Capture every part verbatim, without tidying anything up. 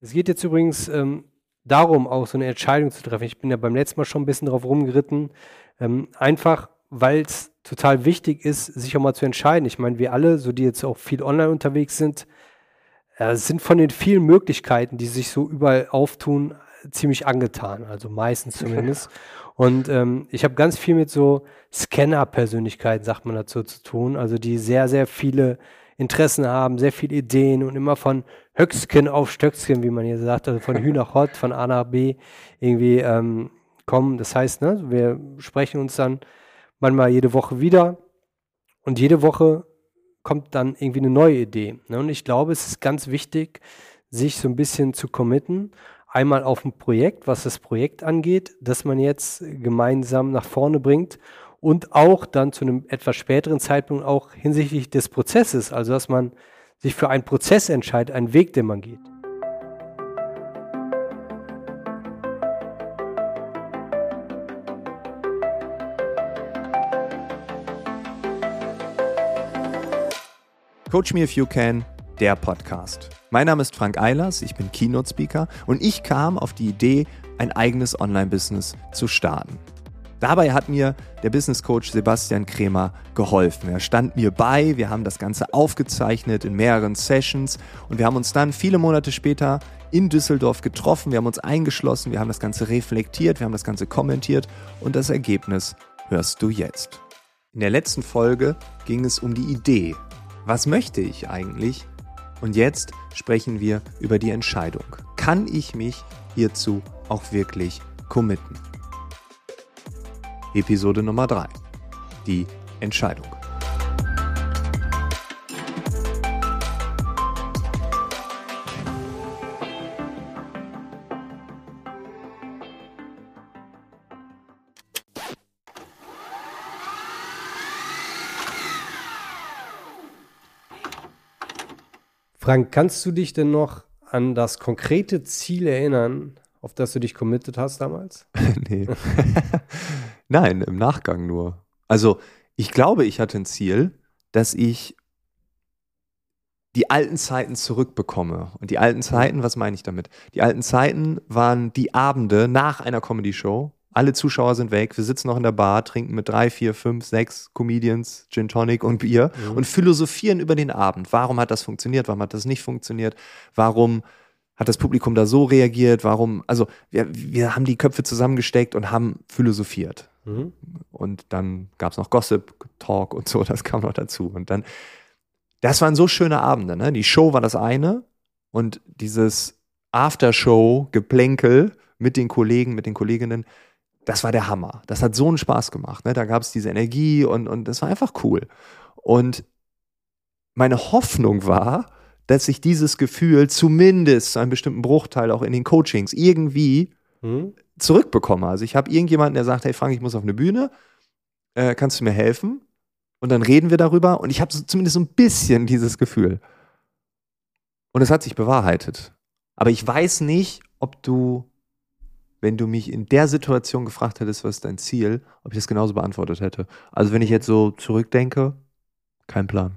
Es geht jetzt übrigens ähm, darum, auch so eine Entscheidung zu treffen. Ich bin ja beim letzten Mal schon ein bisschen drauf rumgeritten. Ähm, einfach, weil es total wichtig ist, sich auch mal zu entscheiden. Ich meine, wir alle, so die jetzt auch viel online unterwegs sind, äh, sind von den vielen Möglichkeiten, die sich so überall auftun, ziemlich angetan. Also meistens zumindest. Und ähm, ich habe ganz viel mit so Scanner-Persönlichkeiten, sagt man dazu, zu tun. Also die sehr, sehr viele Interessen haben, sehr viele Ideen und immer von Höcksken auf Stöcksken, wie man hier sagt, also von Hü nach Hott, von A nach B irgendwie ähm, kommen. Das heißt, ne, wir sprechen uns dann manchmal jede Woche wieder und jede Woche kommt dann irgendwie eine neue Idee. Ne? Und ich glaube, es ist ganz wichtig, sich so ein bisschen zu committen. Einmal auf ein Projekt, was das Projekt angeht, das man jetzt gemeinsam nach vorne bringt und auch dann zu einem etwas späteren Zeitpunkt auch hinsichtlich des Prozesses, also dass man sich für einen Prozess entscheidet, einen Weg, den man geht. Coach Me If You Can, der Podcast. Mein Name ist Frank Eilers, ich bin Keynote-Speaker und ich kam auf die Idee, ein eigenes Online-Business zu starten. Dabei hat mir der Business-Coach Sebastian Krämer geholfen. Er stand mir bei, wir haben das Ganze aufgezeichnet in mehreren Sessions und wir haben uns dann viele Monate später in Düsseldorf getroffen, wir haben uns eingeschlossen, wir haben das Ganze reflektiert, wir haben das Ganze kommentiert und das Ergebnis hörst du jetzt. In der letzten Folge ging es um die Idee. Was möchte ich eigentlich? Und jetzt sprechen wir über die Entscheidung. Kann ich mich hierzu auch wirklich committen? Episode Nummer drei. Die Entscheidung. Frank, kannst du dich denn noch an das konkrete Ziel erinnern, auf das du dich committed hast damals? Nee. Nein, im Nachgang nur. Also ich glaube, ich hatte ein Ziel, dass ich die alten Zeiten zurückbekomme. Und die alten Zeiten, was meine ich damit? Die alten Zeiten waren die Abende nach einer Comedy-Show. Alle Zuschauer sind weg, wir sitzen noch in der Bar, trinken mit drei, vier, fünf, sechs Comedians Gin Tonic und Bier mhm. und philosophieren über den Abend. Warum hat das funktioniert? Warum hat das nicht funktioniert? Warum hat das Publikum da so reagiert? Warum? Also wir, wir haben die Köpfe zusammengesteckt und haben philosophiert. Mhm. Und dann gab es noch Gossip, Talk und so, das kam noch dazu. Und dann, das waren so schöne Abende, ne? Die Show war das eine und dieses Aftershow-Geplänkel mit den Kollegen, mit den Kolleginnen, das war der Hammer. Das hat so einen Spaß gemacht. Ne? Da gab es diese Energie und, und das war einfach cool. Und meine Hoffnung war, dass ich dieses Gefühl zumindest zu einem bestimmten Bruchteil auch in den Coachings irgendwie hm. zurückbekomme. Also ich habe irgendjemanden, der sagt, hey Frank, ich muss auf eine Bühne, äh, kannst du mir helfen? Und dann reden wir darüber und ich habe so, zumindest so ein bisschen dieses Gefühl. Und es hat sich bewahrheitet. Aber ich weiß nicht, ob du, wenn du mich in der Situation gefragt hättest, was ist dein Ziel, ob ich das genauso beantwortet hätte. Also wenn ich jetzt so zurückdenke, kein Plan.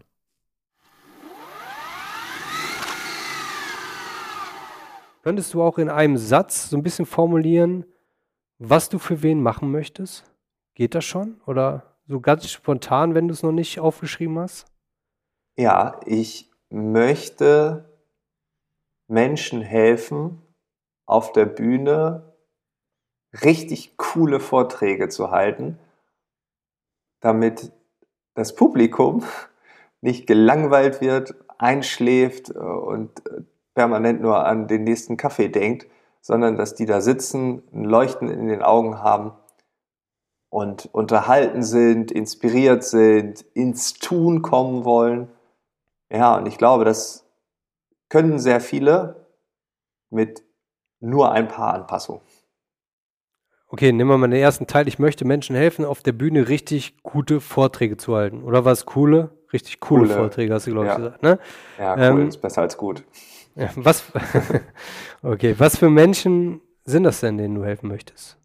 Könntest du auch in einem Satz so ein bisschen formulieren, was du für wen machen möchtest? Geht das schon? Oder so ganz spontan, wenn du es noch nicht aufgeschrieben hast? Ja, ich möchte Menschen helfen, auf der Bühne richtig coole Vorträge zu halten, damit das Publikum nicht gelangweilt wird, einschläft und permanent nur an den nächsten Kaffee denkt, sondern dass die da sitzen, ein Leuchten in den Augen haben und unterhalten sind, inspiriert sind, ins Tun kommen wollen. Ja, und ich glaube, das können sehr viele mit nur ein paar Anpassungen. Okay, nehmen wir mal den ersten Teil. Ich möchte Menschen helfen, auf der Bühne richtig gute Vorträge zu halten. Oder was coole? Richtig coole, coole Vorträge, hast du, glaube ich, ja. gesagt. Ne? Ja, cool, ähm, ist besser als gut. Ja, was, okay, was für Menschen sind das denn, denen du helfen möchtest?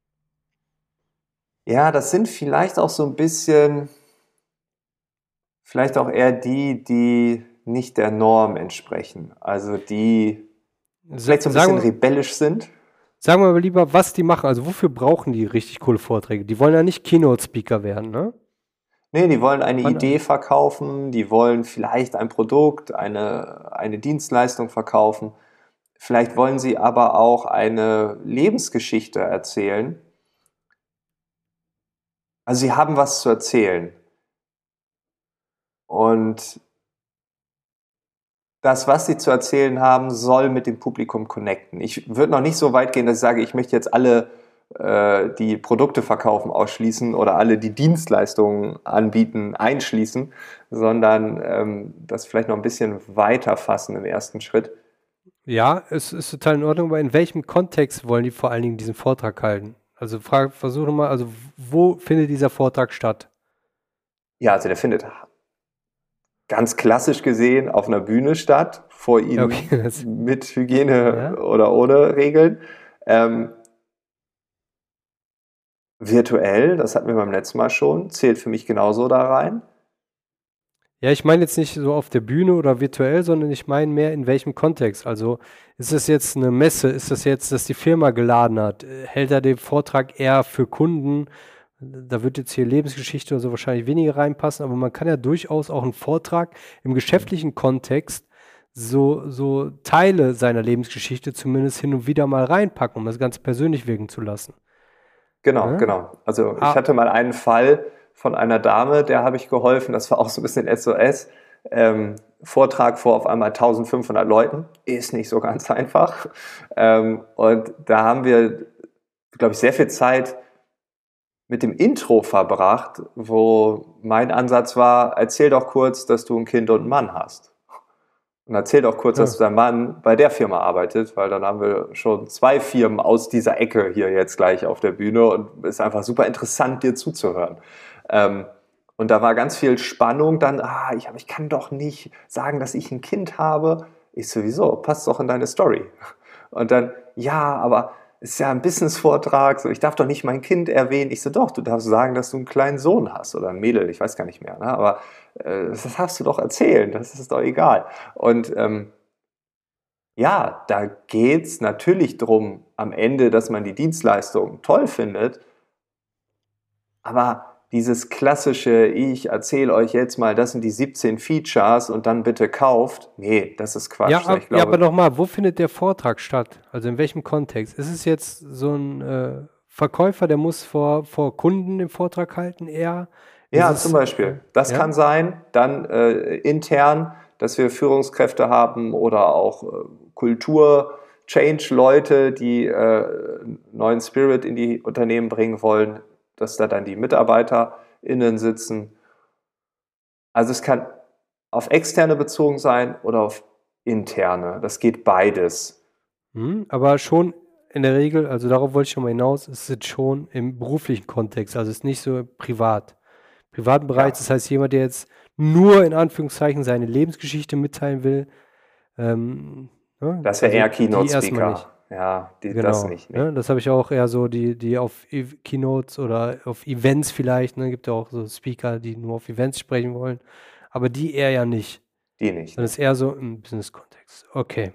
Ja, das sind vielleicht auch so ein bisschen, vielleicht auch eher die, die nicht der Norm entsprechen. Also die vielleicht so ein Sagen bisschen wir- rebellisch sind. Sagen wir mal lieber, was die machen. Also wofür brauchen die richtig coole Vorträge? Die wollen ja nicht Keynote-Speaker werden, ne? Nee, die wollen eine Wann- Idee verkaufen, die wollen vielleicht ein Produkt, eine, eine Dienstleistung verkaufen. Vielleicht wollen sie aber auch eine Lebensgeschichte erzählen. Also sie haben was zu erzählen. Und das, was sie zu erzählen haben, soll mit dem Publikum connecten. Ich würde noch nicht so weit gehen, dass ich sage, ich möchte jetzt alle, äh, die Produkte verkaufen, ausschließen oder alle, die Dienstleistungen anbieten, einschließen, sondern ähm, das vielleicht noch ein bisschen weiter fassen im ersten Schritt. Ja, es ist total in Ordnung, aber in welchem Kontext wollen die vor allen Dingen diesen Vortrag halten? Also frag, versuche mal, also wo findet dieser Vortrag statt? Ja, also der findet ganz klassisch gesehen auf einer Bühne statt, vor Ihnen Ja, okay, das- mit Hygiene Ja. oder ohne Regeln. Ähm, virtuell, das hatten wir beim letzten Mal schon, zählt für mich genauso da rein. Ja, ich meine jetzt nicht so auf der Bühne oder virtuell, sondern ich meine mehr in welchem Kontext. Also ist das jetzt eine Messe? Ist das jetzt, dass die Firma geladen hat? Äh, Hält er den Vortrag eher für Kunden? Da wird jetzt hier Lebensgeschichte oder so wahrscheinlich weniger reinpassen, aber man kann ja durchaus auch einen Vortrag im geschäftlichen Kontext so, so Teile seiner Lebensgeschichte zumindest hin und wieder mal reinpacken, um das ganz persönlich wirken zu lassen. Genau, Ja. genau. Also Ah. ich hatte mal einen Fall von einer Dame, der habe ich geholfen, das war auch so ein bisschen S O S. Ähm, Vortrag vor auf einmal eintausendfünfhundert Leuten, ist nicht so ganz einfach. Ähm, und da haben wir, glaube ich, sehr viel Zeit mit dem Intro verbracht, wo mein Ansatz war, erzähl doch kurz, dass du ein Kind und einen Mann hast. Und erzähl doch kurz, Ja. dass dein Mann bei der Firma arbeitet, weil dann haben wir schon zwei Firmen aus dieser Ecke hier jetzt gleich auf der Bühne und es ist einfach super interessant, dir zuzuhören. Ähm, und da war ganz viel Spannung dann, ah, ich, aber ich kann doch nicht sagen, dass ich ein Kind habe. Ich sowieso, passt doch in deine Story. Und dann, ja, aber es ist ja ein Business-Vortrag, so, ich darf doch nicht mein Kind erwähnen. Ich so, doch, du darfst sagen, dass du einen kleinen Sohn hast oder ein Mädel, ich weiß gar nicht mehr. Ne? Aber äh, das darfst du doch erzählen, das ist doch egal. Und ähm, ja, da geht es natürlich drum am Ende, dass man die Dienstleistung toll findet, aber dieses klassische, ich erzähle euch jetzt mal, das sind die siebzehn Features und dann bitte kauft, nee, das ist Quatsch. Ja, Ich ab, glaube, ja, aber nochmal, wo findet der Vortrag statt? Also in welchem Kontext? Ist es jetzt so ein äh, Verkäufer, der muss vor, vor Kunden den Vortrag halten, eher? Ja, Ist es- zum Beispiel. Das ja? kann sein. Dann äh, intern, dass wir Führungskräfte haben oder auch äh, Kultur-Change-Leute, die äh, neuen Spirit in die Unternehmen bringen wollen, dass da dann die MitarbeiterInnen sitzen. Also es kann auf externe bezogen sein oder auf interne. Das geht beides. Hm, aber schon in der Regel, also darauf wollte ich schon mal hinaus, ist es schon im beruflichen Kontext, also es ist nicht so privat. Privaten Bereich, Ja. das heißt jemand, der jetzt nur in Anführungszeichen seine Lebensgeschichte mitteilen will, ähm, ne? Das wäre Also eher die erstmal nicht. Keynote-Speaker. Ja, die, Genau, das nicht. Nee. ne? Das habe ich auch eher so, die, die auf E- Keynotes oder auf Events vielleicht, ne, gibt ja auch so Speaker, die nur auf Events sprechen wollen, aber die eher ja nicht. Die nicht. Das ist eher so im Business-Kontext. Okay.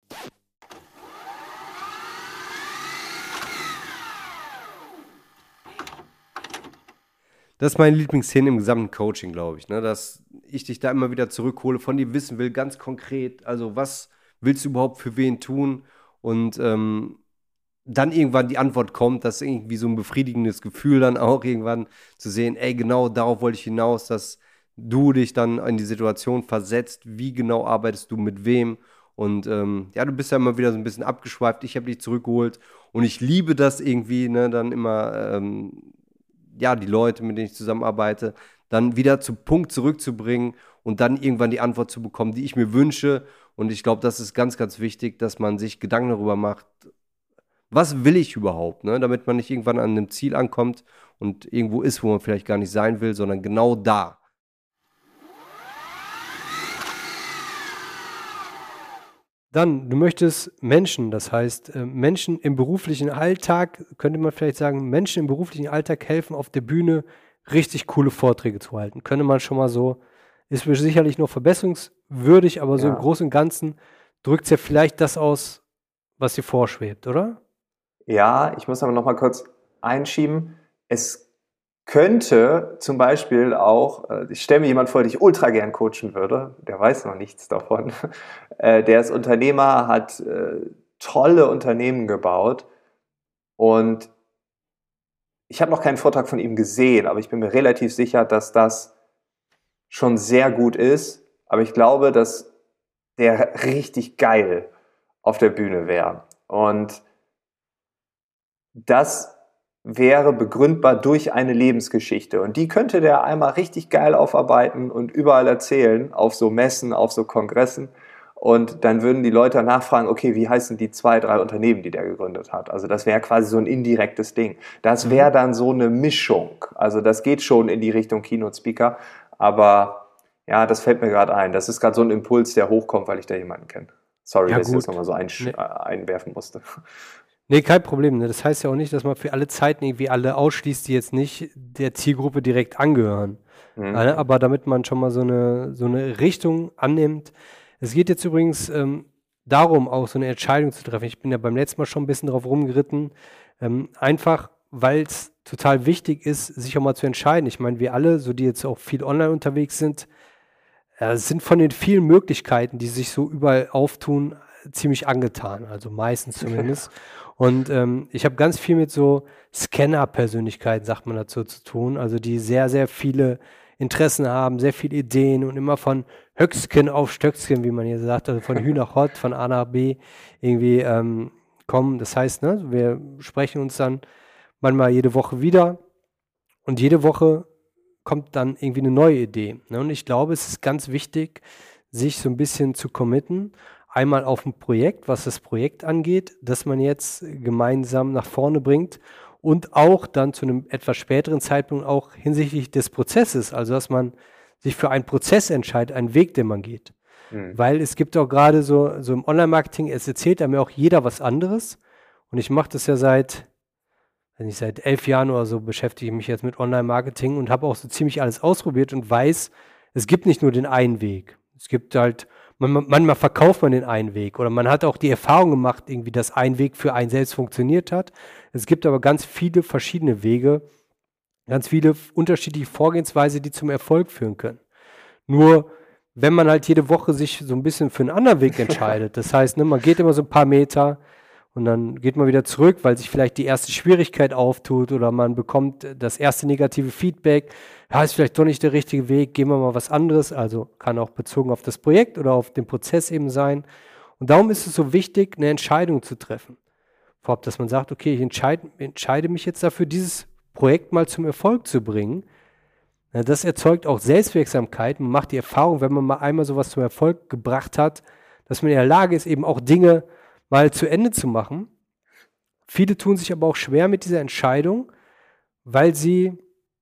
Das ist meine Lieblingsszene im gesamten Coaching, glaube ich, ne? Dass ich dich da immer wieder zurückhole, von dir wissen will, ganz konkret, also was willst du überhaupt für wen tun? Und ähm, dann irgendwann die Antwort kommt, dass irgendwie so ein befriedigendes Gefühl dann auch irgendwann zu sehen, ey, genau darauf wollte ich hinaus, dass du dich dann in die Situation versetzt, wie genau arbeitest du mit wem und ähm, ja, du bist ja immer wieder so ein bisschen abgeschweift, ich habe dich zurückgeholt und ich liebe das irgendwie, ne, dann immer, ähm, ja, die Leute, mit denen ich zusammenarbeite, dann wieder zum Punkt zurückzubringen und dann irgendwann die Antwort zu bekommen, die ich mir wünsche und ich glaube, das ist ganz, ganz wichtig, dass man sich Gedanken darüber macht, was will ich überhaupt, ne? Damit man nicht irgendwann an einem Ziel ankommt und irgendwo ist, wo man vielleicht gar nicht sein will, sondern genau da. Dann, du möchtest Menschen, das heißt äh, Menschen im beruflichen Alltag, könnte man vielleicht sagen, Menschen im beruflichen Alltag helfen, auf der Bühne richtig coole Vorträge zu halten. Könnte man schon mal so, ist sicherlich noch verbesserungswürdig, aber so Ja. im Großen und Ganzen drückt es ja vielleicht das aus, was dir vorschwebt, oder? Ja, ich muss aber noch mal kurz einschieben. Es könnte zum Beispiel auch, äh, ich stelle mir jemand vor, den ich ultra gern coachen würde, der weiß noch nichts davon. Äh, der ist Unternehmer, hat äh, tolle Unternehmen gebaut und ich habe noch keinen Vortrag von ihm gesehen, aber ich bin mir relativ sicher, dass das schon sehr gut ist. Aber ich glaube, dass der richtig geil auf der Bühne wäre. Und das wäre begründbar durch eine Lebensgeschichte. Und die könnte der einmal richtig geil aufarbeiten und überall erzählen, auf so Messen, auf so Kongressen. Und dann würden die Leute nachfragen, okay, wie heißen die zwei, drei Unternehmen, die der gegründet hat? Also das wäre quasi so ein indirektes Ding. Das wäre dann so eine Mischung. Also das geht schon in die Richtung Keynote-Speaker. Aber ja, das fällt mir gerade ein. Das ist gerade so ein Impuls, der hochkommt, weil ich da jemanden kenne. Sorry, Ja, dass ich gut. das nochmal so einsch- Nee. äh, einwerfen musste. Nee, kein Problem. Ne? Das heißt ja auch nicht, dass man für alle Zeiten irgendwie alle ausschließt, die jetzt nicht der Zielgruppe direkt angehören. Mhm. Ja, ne? Aber damit man schon mal so eine, so eine Richtung annimmt. Es geht jetzt übrigens ähm, darum, auch so eine Entscheidung zu treffen. Ich bin ja beim letzten Mal schon ein bisschen drauf rumgeritten. Ähm, einfach, weil es total wichtig ist, sich auch mal zu entscheiden. Ich meine, wir alle, so die jetzt auch viel online unterwegs sind, äh, sind von den vielen Möglichkeiten, die sich so überall auftun, ziemlich angetan. Also meistens zumindest. Und ähm, ich habe ganz viel mit so Scanner-Persönlichkeiten, sagt man dazu, zu tun. Also die sehr, sehr viele Interessen haben, sehr viele Ideen und immer von Höcksken auf Stöcksken, wie man hier sagt, also von Hü nach Hott, von A nach B irgendwie ähm, kommen. Das heißt, ne, wir sprechen uns dann manchmal jede Woche wieder und jede Woche kommt dann irgendwie eine neue Idee. Ne? Und ich glaube, es ist ganz wichtig, sich so ein bisschen zu committen. Einmal auf ein Projekt, was das Projekt angeht, das man jetzt gemeinsam nach vorne bringt und auch dann zu einem etwas späteren Zeitpunkt auch hinsichtlich des Prozesses, also dass man sich für einen Prozess entscheidet, einen Weg, den man geht. Mhm. Weil es gibt auch gerade so, so im Online-Marketing, es erzählt einem ja auch jeder was anderes und ich mache das ja seit, wenn ich seit elf Jahren oder so beschäftige ich mich jetzt mit Online-Marketing und habe auch so ziemlich alles ausprobiert und weiß, es gibt nicht nur den einen Weg. Es gibt halt Man, manchmal verkauft man den einen Weg oder man hat auch die Erfahrung gemacht, irgendwie, dass ein Weg für einen selbst funktioniert hat. Es gibt aber ganz viele verschiedene Wege, ganz viele unterschiedliche Vorgehensweise, die zum Erfolg führen können. Nur, wenn man halt jede Woche sich so ein bisschen für einen anderen Weg entscheidet, das heißt, ne, man geht immer so ein paar Meter und dann geht man wieder zurück, weil sich vielleicht die erste Schwierigkeit auftut oder man bekommt das erste negative Feedback. Ja, ist vielleicht doch nicht der richtige Weg, gehen wir mal was anderes. Also kann auch bezogen auf das Projekt oder auf den Prozess eben sein. Und darum ist es so wichtig, eine Entscheidung zu treffen. Vorab, dass man sagt, okay, ich entscheide, entscheide mich jetzt dafür, dieses Projekt mal zum Erfolg zu bringen. Ja, das erzeugt auch Selbstwirksamkeit. Man macht die Erfahrung, wenn man mal einmal sowas zum Erfolg gebracht hat, dass man in der Lage ist, eben auch Dinge mal zu Ende zu machen. Viele tun sich aber auch schwer mit dieser Entscheidung, weil sie,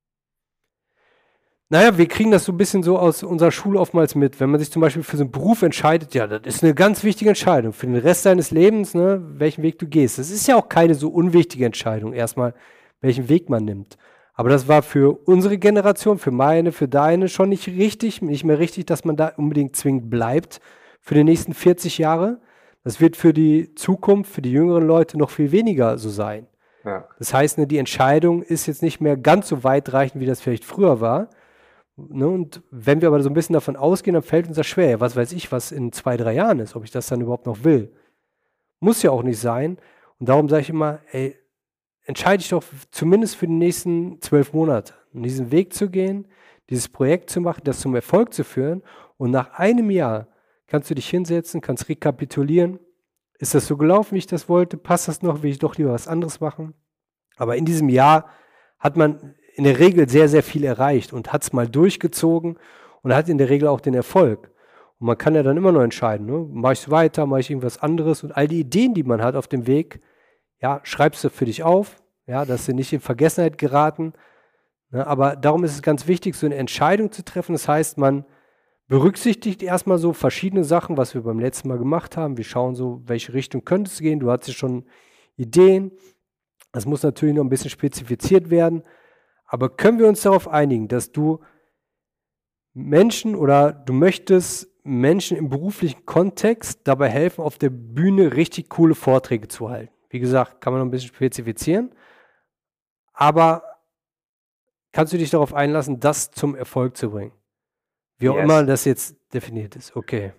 naja, wir kriegen das so ein bisschen so aus unserer Schule oftmals mit. Wenn man sich zum Beispiel für so einen Beruf entscheidet, ja, das ist eine ganz wichtige Entscheidung für den Rest deines Lebens, ne, welchen Weg du gehst. Das ist ja auch keine so unwichtige Entscheidung, erstmal, welchen Weg man nimmt. Aber das war für unsere Generation, für meine, für deine schon nicht richtig, nicht mehr richtig, dass man da unbedingt zwingend bleibt für die nächsten vierzig Jahre. Das wird für die Zukunft, für die jüngeren Leute noch viel weniger so sein. Ja. Das heißt, ne, die Entscheidung ist jetzt nicht mehr ganz so weitreichend, wie das vielleicht früher war. Ne, und wenn wir aber so ein bisschen davon ausgehen, dann fällt uns das schwer. Was weiß ich, was in zwei, drei Jahren ist, ob ich das dann überhaupt noch will. Muss ja auch nicht sein. Und darum sage ich immer, ey, entscheide dich doch zumindest für die nächsten zwölf Monate, um diesen Weg zu gehen, dieses Projekt zu machen, das zum Erfolg zu führen. Und nach einem Jahr kannst du dich hinsetzen, kannst rekapitulieren. Ist das so gelaufen, wie ich das wollte? Passt das noch? Will ich doch lieber was anderes machen? Aber in diesem Jahr hat man in der Regel sehr, sehr viel erreicht und hat es mal durchgezogen und hat in der Regel auch den Erfolg. Und man kann ja dann immer noch entscheiden, ne? Mache ich es weiter, mache ich irgendwas anderes und all die Ideen, die man hat auf dem Weg, ja, schreibst du für dich auf, ja, dass sie nicht in Vergessenheit geraten. Ne? Aber darum ist es ganz wichtig, so eine Entscheidung zu treffen. Das heißt, man berücksichtigt erstmal so verschiedene Sachen, was wir beim letzten Mal gemacht haben. Wir schauen so, welche Richtung könnte es gehen. Du hattest schon Ideen. Das muss natürlich noch ein bisschen spezifiziert werden. Aber können wir uns darauf einigen, dass du Menschen oder du möchtest Menschen im beruflichen Kontext dabei helfen, auf der Bühne richtig coole Vorträge zu halten. Wie gesagt, kann man noch ein bisschen spezifizieren, aber kannst du dich darauf einlassen, das zum Erfolg zu bringen? Wie auch Yes. immer das jetzt definiert ist. Okay.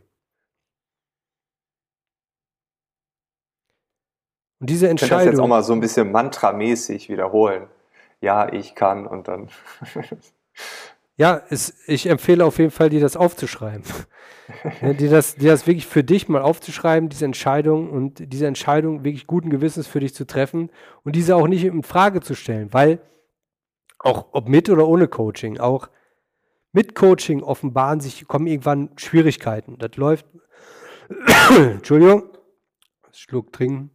Und diese Ich könnte das jetzt auch Entscheidung, mal so ein bisschen mantramäßig wiederholen. Ja, ich kann und dann. ja, es, ich empfehle auf jeden Fall, dir das aufzuschreiben. Ja, dir, das, dir das wirklich für dich mal aufzuschreiben, diese Entscheidung und diese Entscheidung wirklich guten Gewissens für dich zu treffen und diese auch nicht in Frage zu stellen, weil auch ob mit oder ohne Coaching, auch mit Coaching offenbaren sich, kommen irgendwann Schwierigkeiten. Das läuft, Entschuldigung, Schluck trinken.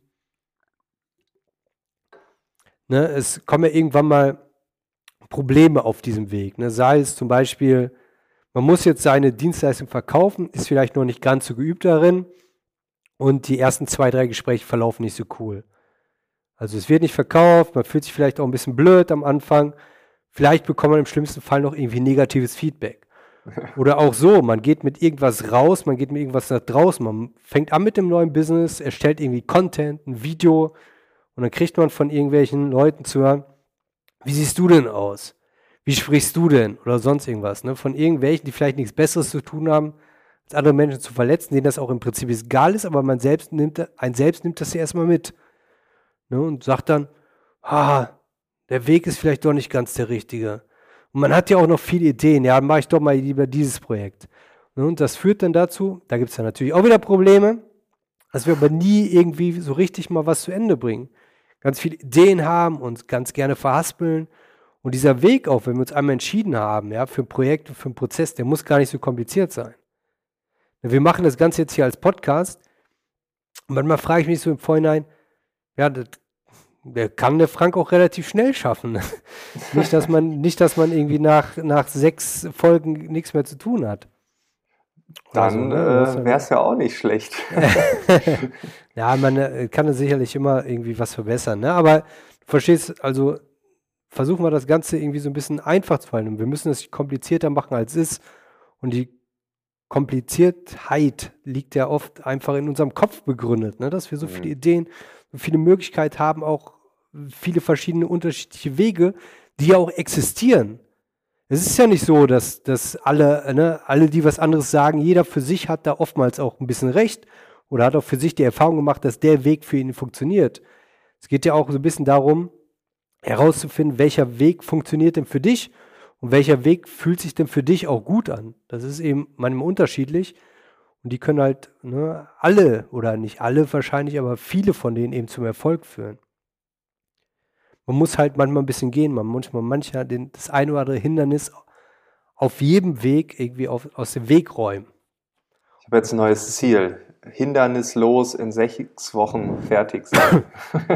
Ne, es kommen ja irgendwann mal Probleme auf diesem Weg. Ne? Sei es zum Beispiel, man muss jetzt seine Dienstleistung verkaufen, ist vielleicht noch nicht ganz so geübt darin und die ersten zwei, drei Gespräche verlaufen nicht so cool. Also es wird nicht verkauft, man fühlt sich vielleicht auch ein bisschen blöd am Anfang. Vielleicht bekommt man im schlimmsten Fall noch irgendwie negatives Feedback. Oder auch so, man geht mit irgendwas raus, man geht mit irgendwas nach draußen, man fängt an mit dem neuen Business, erstellt irgendwie Content, ein Video und dann kriegt man von irgendwelchen Leuten zu hören, wie siehst du denn aus? Wie sprichst du denn? Oder sonst irgendwas. Ne? Von irgendwelchen, die vielleicht nichts Besseres zu tun haben, als andere Menschen zu verletzen, denen das auch im Prinzip egal ist, aber man selbst nimmt, ein selbst nimmt das ja erstmal mit. Ne? Und sagt dann, ah, der Weg ist vielleicht doch nicht ganz der richtige. Und man hat ja auch noch viele Ideen. Ja, dann mache ich doch mal lieber dieses Projekt. Ne? Und das führt dann dazu, da gibt es dann natürlich auch wieder Probleme, dass wir aber nie irgendwie so richtig mal was zu Ende bringen. Ganz viele Ideen haben, uns ganz gerne verhaspeln. Und dieser Weg auch, wenn wir uns einmal entschieden haben, ja, für ein Projekt, für einen Prozess, der muss gar nicht so kompliziert sein. Wir machen das Ganze jetzt hier als Podcast. Und manchmal frage ich mich so im Vorhinein, ja, das der kann der Frank auch relativ schnell schaffen. nicht, dass man, nicht, dass man irgendwie nach, nach sechs Folgen nichts mehr zu tun hat. Dann also, ne? äh, wäre es ja auch nicht schlecht. Ja, man äh, kann sicherlich immer irgendwie was verbessern. Ne? Aber du verstehst, also versuchen wir das Ganze irgendwie so ein bisschen einfach zu halten. Wir müssen es komplizierter machen, als es ist. Und die Kompliziertheit liegt ja oft einfach in unserem Kopf begründet, ne? Dass wir so viele Ideen, so viele Möglichkeiten haben, auch viele verschiedene unterschiedliche Wege, die ja auch existieren. Es ist ja nicht so, dass, dass alle, ne, alle, die was anderes sagen, jeder für sich hat da oftmals auch ein bisschen recht oder hat auch für sich die Erfahrung gemacht, dass der Weg für ihn funktioniert. Es geht ja auch so ein bisschen darum, herauszufinden, welcher Weg funktioniert denn für dich und welcher Weg fühlt sich denn für dich auch gut an. Das ist eben manchmal unterschiedlich und die können halt, ne, alle oder nicht alle wahrscheinlich, aber viele von denen eben zum Erfolg führen. Man muss halt manchmal ein bisschen gehen, man muss manchmal den, das ein oder andere Hindernis auf jedem Weg irgendwie auf, aus dem Weg räumen. Ich habe jetzt ein neues Ziel. Hindernislos in sechs Wochen fertig sein.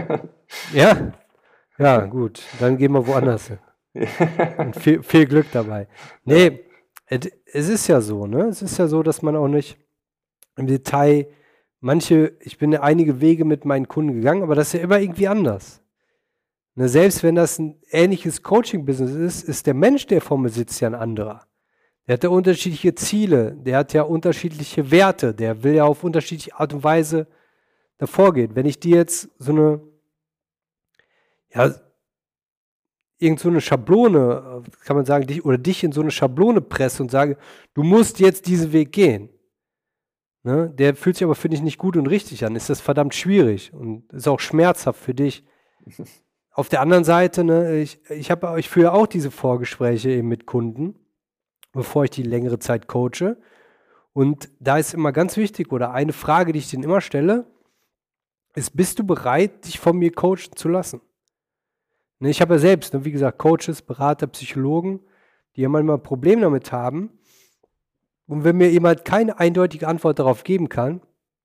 Ja? Ja, gut. Dann gehen wir woanders hin. Und viel, viel Glück dabei. Nee, es ist ja so, ne? Es ist ja so, dass man auch nicht im Detail manche, ich bin ja einige Wege mit meinen Kunden gegangen, aber das ist ja immer irgendwie anders. Ne, selbst wenn das ein ähnliches Coaching-Business ist, ist der Mensch, der vor mir sitzt, ja ein anderer. Der hat ja unterschiedliche Ziele, der hat ja unterschiedliche Werte, der will ja auf unterschiedliche Art und Weise davor gehen. Wenn ich dir jetzt so eine, ja, irgend so eine Schablone, kann man sagen, dich, oder dich in so eine Schablone presse und sage, du musst jetzt diesen Weg gehen. Ne? Der fühlt sich aber, finde ich, nicht gut und richtig an. Ist das verdammt schwierig und ist auch schmerzhaft für dich. Auf der anderen Seite, ne, ich, ich habe ich führe auch diese Vorgespräche eben mit Kunden, bevor ich die längere Zeit coache. Und da ist immer ganz wichtig, oder eine Frage, die ich denen immer stelle, ist, bist du bereit, dich von mir coachen zu lassen? Ne, ich habe ja selbst, ne, wie gesagt, Coaches, Berater, Psychologen, die ja manchmal Probleme damit haben. Und wenn mir jemand keine eindeutige Antwort darauf geben kann,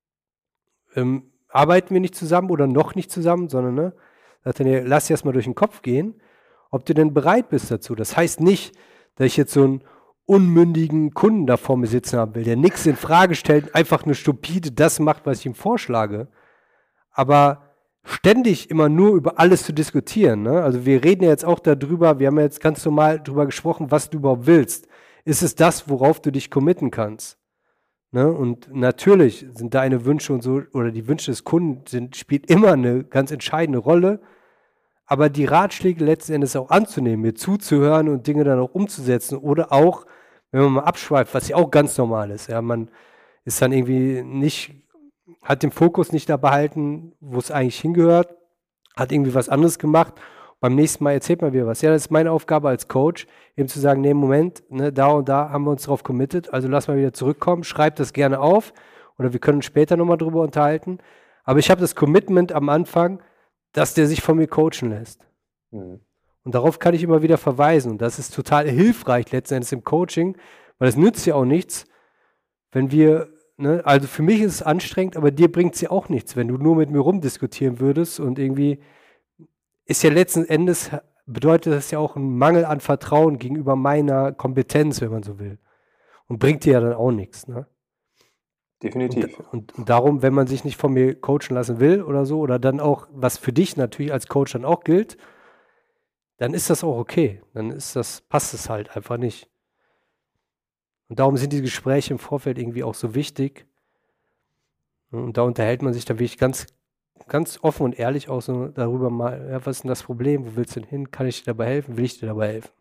ähm, arbeiten wir nicht zusammen oder noch nicht zusammen, sondern, ne, sagt er, lass dir erstmal durch den Kopf gehen, ob du denn bereit bist dazu. Das heißt nicht, dass ich jetzt so einen unmündigen Kunden da vor mir sitzen haben will, der nichts in Frage stellt, einfach nur stupide das macht, was ich ihm vorschlage. Aber ständig immer nur über alles zu diskutieren. Ne? Also wir reden ja jetzt auch darüber, wir haben ja jetzt ganz normal darüber gesprochen, was du überhaupt willst. Ist es das, worauf du dich committen kannst? Ne? Und natürlich sind deine Wünsche und so, oder die Wünsche des Kunden sind, spielt immer eine ganz entscheidende Rolle. Aber die Ratschläge letzten Endes auch anzunehmen, mir zuzuhören und Dinge dann auch umzusetzen. Oder auch, wenn man mal abschweift, was ja auch ganz normal ist. Ja, man ist dann irgendwie nicht, hat den Fokus nicht da behalten, wo es eigentlich hingehört, hat irgendwie was anderes gemacht. Beim nächsten Mal erzählt man wieder was. Ja, das ist meine Aufgabe als Coach, eben zu sagen, nee, Moment, ne, da und da haben wir uns drauf committed, also lass mal wieder zurückkommen, schreib das gerne auf oder wir können uns später nochmal drüber unterhalten. Aber ich habe das Commitment am Anfang, dass der sich von mir coachen lässt. Mhm. Und darauf kann ich immer wieder verweisen. Und das ist total hilfreich letzten Endes im Coaching, weil es nützt ja auch nichts, wenn wir, ne, also für mich ist es anstrengend, aber dir bringt es ja auch nichts, wenn du nur mit mir rumdiskutieren würdest und irgendwie ist ja letzten Endes, bedeutet das ja auch einen Mangel an Vertrauen gegenüber meiner Kompetenz, wenn man so will. Und bringt dir ja dann auch nichts, ne? Definitiv. Und, und, und darum, wenn man sich nicht von mir coachen lassen will oder so, oder dann auch, was für dich natürlich als Coach dann auch gilt, dann ist das auch okay. Dann ist das, passt es halt einfach nicht. Und darum sind die Gespräche im Vorfeld irgendwie auch so wichtig. Und da unterhält man sich dann wirklich ganz ganz offen und ehrlich auch so darüber mal, ja, was ist denn das Problem, wo willst du denn hin, kann ich dir dabei helfen, will ich dir dabei helfen?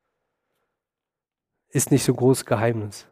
Ist nicht so ein großes Geheimnis.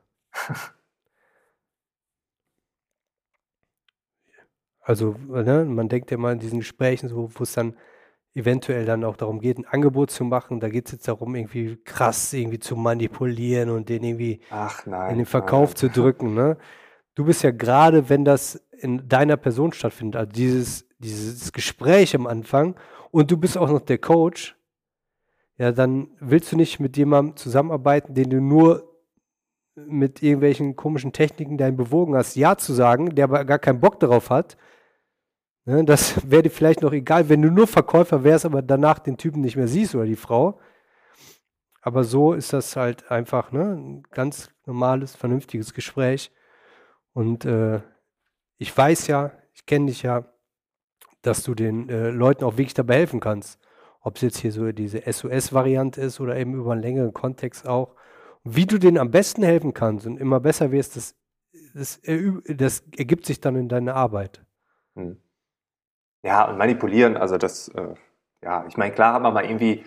Also, ne, man denkt ja mal in diesen Gesprächen so, wo es dann eventuell dann auch darum geht, ein Angebot zu machen, da geht es jetzt darum, irgendwie krass irgendwie zu manipulieren und den irgendwie Ach, nein, in den Verkauf nein. zu drücken, ne? Du bist ja gerade, wenn das in deiner Person stattfindet, also dieses, dieses Gespräch am Anfang und du bist auch noch der Coach, ja, dann willst du nicht mit jemandem zusammenarbeiten, den du nur mit irgendwelchen komischen Techniken dahin bewogen hast, Ja zu sagen, der aber gar keinen Bock darauf hat. Ne, das wäre dir vielleicht noch egal, wenn du nur Verkäufer wärst, aber danach den Typen nicht mehr siehst oder die Frau. Aber so ist das halt einfach, ne, ein ganz normales, vernünftiges Gespräch. Und äh, ich weiß ja, ich kenne dich ja, dass du den äh, Leuten auch wirklich dabei helfen kannst. Ob es jetzt hier so diese S O S-Variante ist oder eben über einen längeren Kontext auch. Und wie du denen am besten helfen kannst und immer besser wirst, das, das, das ergibt sich dann in deiner Arbeit. Hm. Ja, und manipulieren, also das, äh, ja, ich meine, klar haben wir mal irgendwie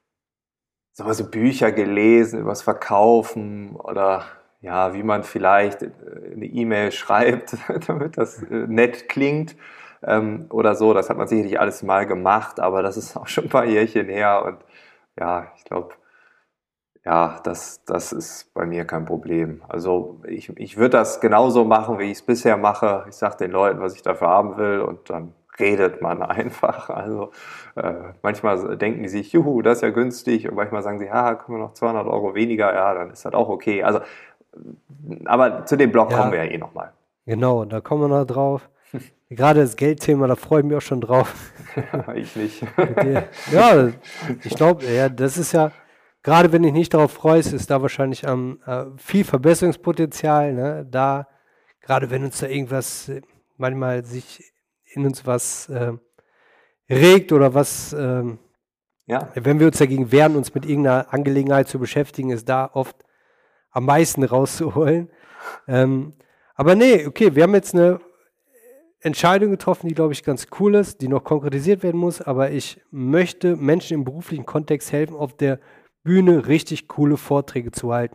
so, so Bücher gelesen über das Verkaufen oder ja, wie man vielleicht eine E-Mail schreibt, damit das nett klingt ähm, oder so. Das hat man sicherlich alles mal gemacht, aber das ist auch schon ein paar Jährchen her und ja, ich glaube, ja, das, das ist bei mir kein Problem. Also ich, ich würde das genauso machen, wie ich es bisher mache. Ich sage den Leuten, was ich dafür haben will und dann redet man einfach. Also äh, manchmal denken die sich, juhu, das ist ja günstig und manchmal sagen sie, ja, können wir noch zweihundert Euro weniger, ja, dann ist das auch okay. Also aber zu dem Blog ja, kommen wir ja eh nochmal. Genau, da kommen wir noch drauf. Gerade das Geldthema, da freue ich mich auch schon drauf. Ich nicht. Ja, ich glaube, ja, das ist ja, gerade wenn ich nicht darauf freue, ist da wahrscheinlich ähm, äh, viel Verbesserungspotenzial. Ne? Da, gerade wenn uns da irgendwas, manchmal sich in uns was äh, regt oder was, ähm, ja. wenn wir uns dagegen wehren, uns mit irgendeiner Angelegenheit zu beschäftigen, ist da oft am meisten rauszuholen. Ähm, aber nee, okay, wir haben jetzt eine Entscheidung getroffen, die, glaube ich, ganz cool ist, die noch konkretisiert werden muss, aber ich möchte Menschen im beruflichen Kontext helfen, auf der Bühne richtig coole Vorträge zu halten.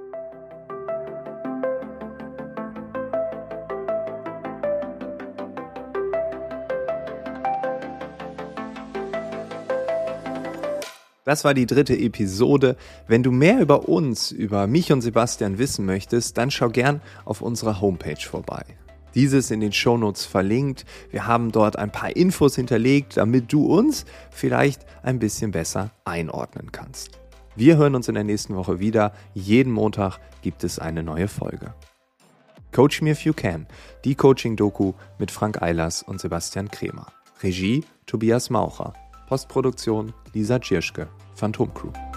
Das war die dritte Episode. Wenn du mehr über uns, über mich und Sebastian wissen möchtest, dann schau gern auf unserer Homepage vorbei. Dieses in den Shownotes verlinkt. Wir haben dort ein paar Infos hinterlegt, damit du uns vielleicht ein bisschen besser einordnen kannst. Wir hören uns in der nächsten Woche wieder. Jeden Montag gibt es eine neue Folge. Coach Me If You Can, die Coaching-Doku mit Frank Eilers und Sebastian Kremer. Regie Tobias Maucher. Postproduktion Lisa Tschirschke, Phantom Crew.